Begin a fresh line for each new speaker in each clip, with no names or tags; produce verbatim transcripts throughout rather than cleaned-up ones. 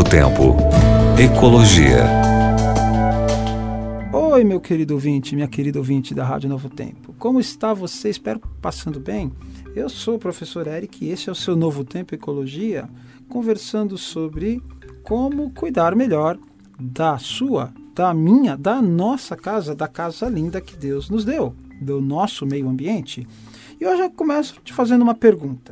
Tempo. Ecologia.
Oi, meu querido ouvinte, minha querida ouvinte da Rádio Novo Tempo. Como está você? Espero passando bem. Eu sou o professor Eric e esse é o seu Novo Tempo Ecologia, conversando sobre como cuidar melhor da sua, da minha, da nossa casa, da casa linda que Deus nos deu, do nosso meio ambiente. E hoje eu começo te fazendo uma pergunta.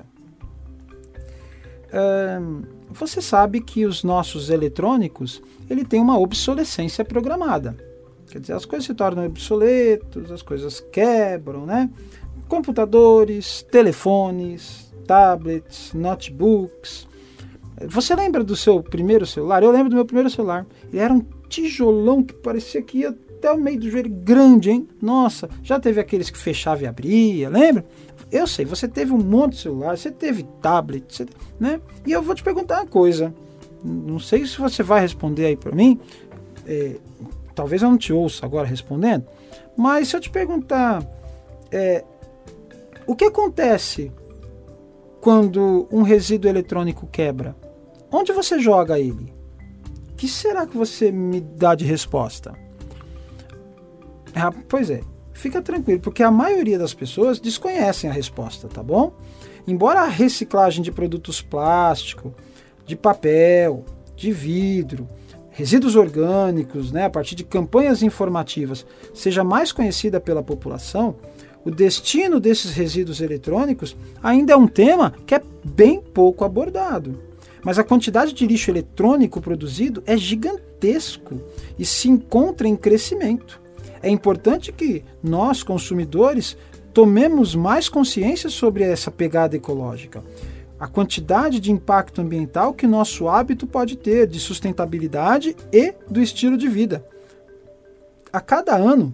É, você sabe que os nossos eletrônicos, ele tem uma obsolescência programada. Quer dizer, as coisas se tornam obsoletas, as coisas quebram, né? Computadores, telefones, tablets, notebooks. Você lembra do seu primeiro celular? Eu lembro do meu primeiro celular. Ele era um tijolão que parecia que ia até o meio do joelho, grande, hein? Nossa, já teve aqueles que fechava e abria, lembra? Eu sei, você teve um monte de celular, você teve tablet, você, né? E eu vou te perguntar uma coisa. Não sei se você vai responder aí para mim. É, talvez eu não te ouça agora respondendo. Mas se eu te perguntar... É, o que acontece quando um resíduo eletrônico quebra? Onde você joga ele? O que será que você me dá de resposta? Ah, pois é, fica tranquilo, porque a maioria das pessoas desconhecem a resposta, tá bom? Embora a reciclagem de produtos plásticos, de papel, de vidro, resíduos orgânicos, né, a partir de campanhas informativas, seja mais conhecida pela população, o destino desses resíduos eletrônicos ainda é um tema que é bem pouco abordado. Mas a quantidade de lixo eletrônico produzido é gigantesco e se encontra em crescimento. É importante que nós, consumidores, tomemos mais consciência sobre essa pegada ecológica. A quantidade de impacto ambiental que nosso hábito pode ter, de sustentabilidade e do estilo de vida. A cada ano,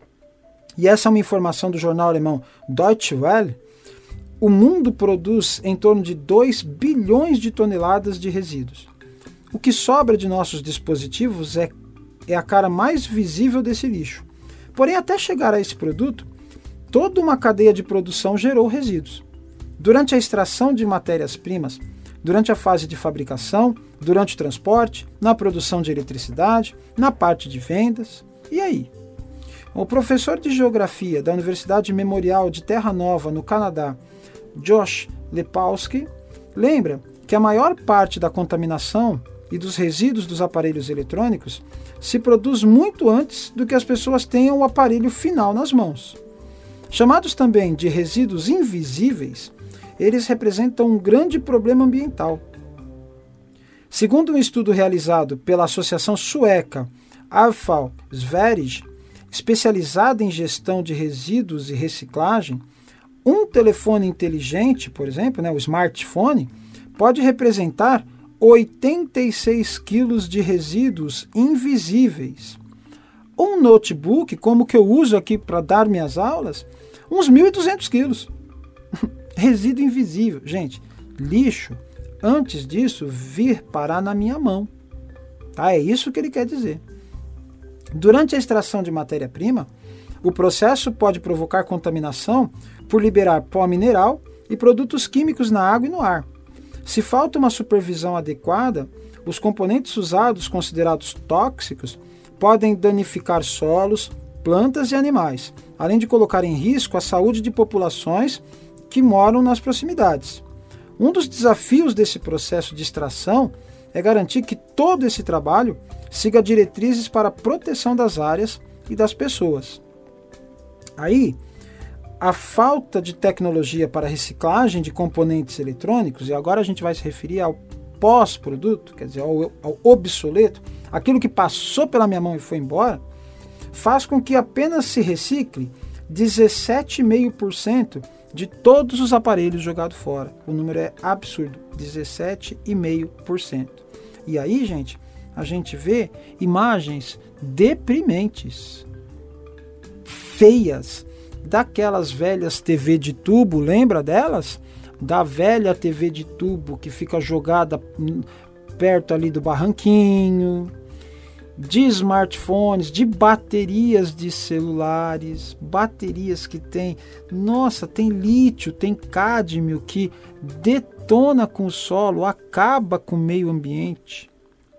e essa é uma informação do jornal alemão Deutsche Welle, o mundo produz em torno de dois bilhões de toneladas de resíduos. O que sobra de nossos dispositivos é, é a cara mais visível desse lixo. Porém, até chegar a esse produto, toda uma cadeia de produção gerou resíduos. Durante a extração de matérias-primas, durante a fase de fabricação, durante o transporte, na produção de eletricidade, na parte de vendas. E aí? O professor de Geografia da Universidade Memorial de Terra Nova, no Canadá, Josh Lepowski, lembra que a maior parte da contaminação e dos resíduos dos aparelhos eletrônicos se produz muito antes do que as pessoas tenham o aparelho final nas mãos. Chamados também de resíduos invisíveis, eles representam um grande problema ambiental. Segundo um estudo realizado pela Associação Sueca Avfall Sverige, especializada em gestão de resíduos e reciclagem, um telefone inteligente, por exemplo, né, o smartphone, pode representar oitenta e seis quilos de resíduos invisíveis. Um notebook, como o que eu uso aqui para dar minhas aulas, uns mil e duzentos quilos. Resíduo invisível. Gente, lixo, antes disso, vir parar na minha mão. Tá? É isso que ele quer dizer. Durante a extração de matéria-prima, o processo pode provocar contaminação por liberar pó mineral e produtos químicos na água e no ar. Se falta uma supervisão adequada, os componentes usados considerados tóxicos podem danificar solos, plantas e animais, além de colocar em risco a saúde de populações que moram nas proximidades. Um dos desafios desse processo de extração é garantir que todo esse trabalho siga diretrizes para a proteção das áreas e das pessoas. Aí, a falta de tecnologia para reciclagem de componentes eletrônicos, e agora a gente vai se referir ao pós-produto, quer dizer, ao, ao obsoleto, aquilo que passou pela minha mão e foi embora, faz com que apenas se recicle dezessete vírgula cinco por cento de todos os aparelhos jogados fora. O número é absurdo, dezessete vírgula cinco por cento. E aí, gente, a gente vê imagens deprimentes, feias, daquelas velhas T V de tubo, lembra delas? Da velha T V de tubo que fica jogada perto ali do barranquinho, de smartphones, de baterias de celulares, baterias que tem, nossa, tem lítio, tem cádmio que detona com o solo, acaba com o meio ambiente.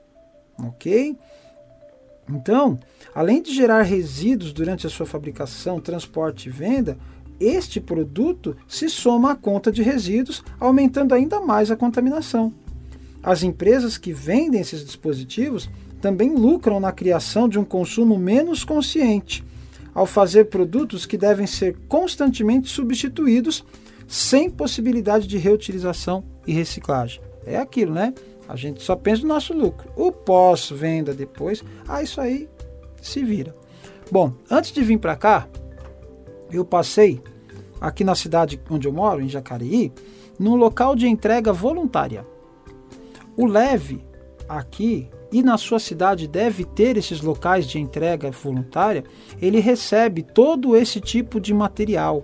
ok? Então, além de gerar resíduos durante a sua fabricação, transporte e venda, este produto se soma à conta de resíduos, aumentando ainda mais a contaminação. As empresas que vendem esses dispositivos também lucram na criação de um consumo menos consciente, ao fazer produtos que devem ser constantemente substituídos, sem possibilidade de reutilização e reciclagem. É aquilo, né? A gente só pensa no nosso lucro. O pós-venda depois, ah, isso aí se vira. Bom, antes de vir para cá, eu passei aqui na cidade onde eu moro, em Jacareí, num local de entrega voluntária. O Leve aqui e na sua cidade deve ter esses locais de entrega voluntária, ele recebe todo esse tipo de material,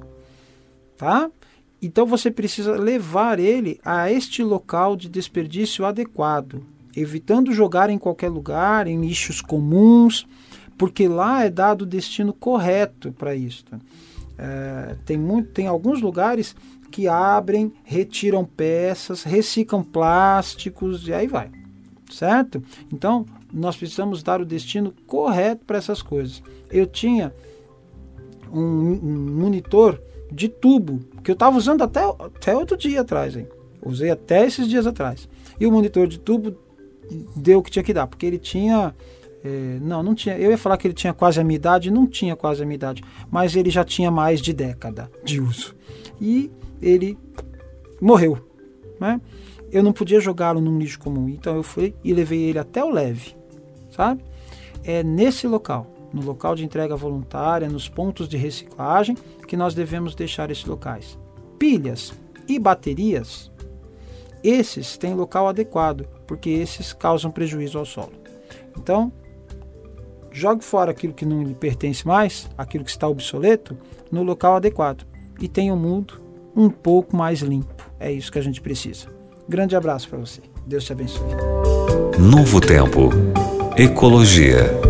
tá? Então você precisa levar ele a este local de desperdício adequado, evitando jogar em qualquer lugar, em lixos comuns, porque lá é dado o destino correto para isso. É, tem, muito, tem alguns lugares que abrem, retiram peças, reciclam plásticos e aí vai, certo? Então nós precisamos dar o destino correto para essas coisas. Eu tinha um, um monitor de tubo, que eu estava usando até, até outro dia atrás, hein? Usei até esses dias atrás. E o monitor de tubo deu o que tinha que dar, porque ele tinha... É, não, não tinha. Eu ia falar que ele tinha quase a minha idade, não tinha quase a minha idade, mas ele já tinha mais de década de uso. E ele morreu, né? Eu não podia jogá-lo num lixo comum, então eu fui e levei ele até o Leve, sabe? É nesse local, no local de entrega voluntária, nos pontos de reciclagem, que nós devemos deixar esses locais. Pilhas e baterias, esses têm local adequado, porque esses causam prejuízo ao solo. Então, jogue fora aquilo que não lhe pertence mais, aquilo que está obsoleto, no local adequado. E tenha um mundo um pouco mais limpo. É isso que a gente precisa. Grande abraço para você. Deus te abençoe.
Novo Tempo. Ecologia.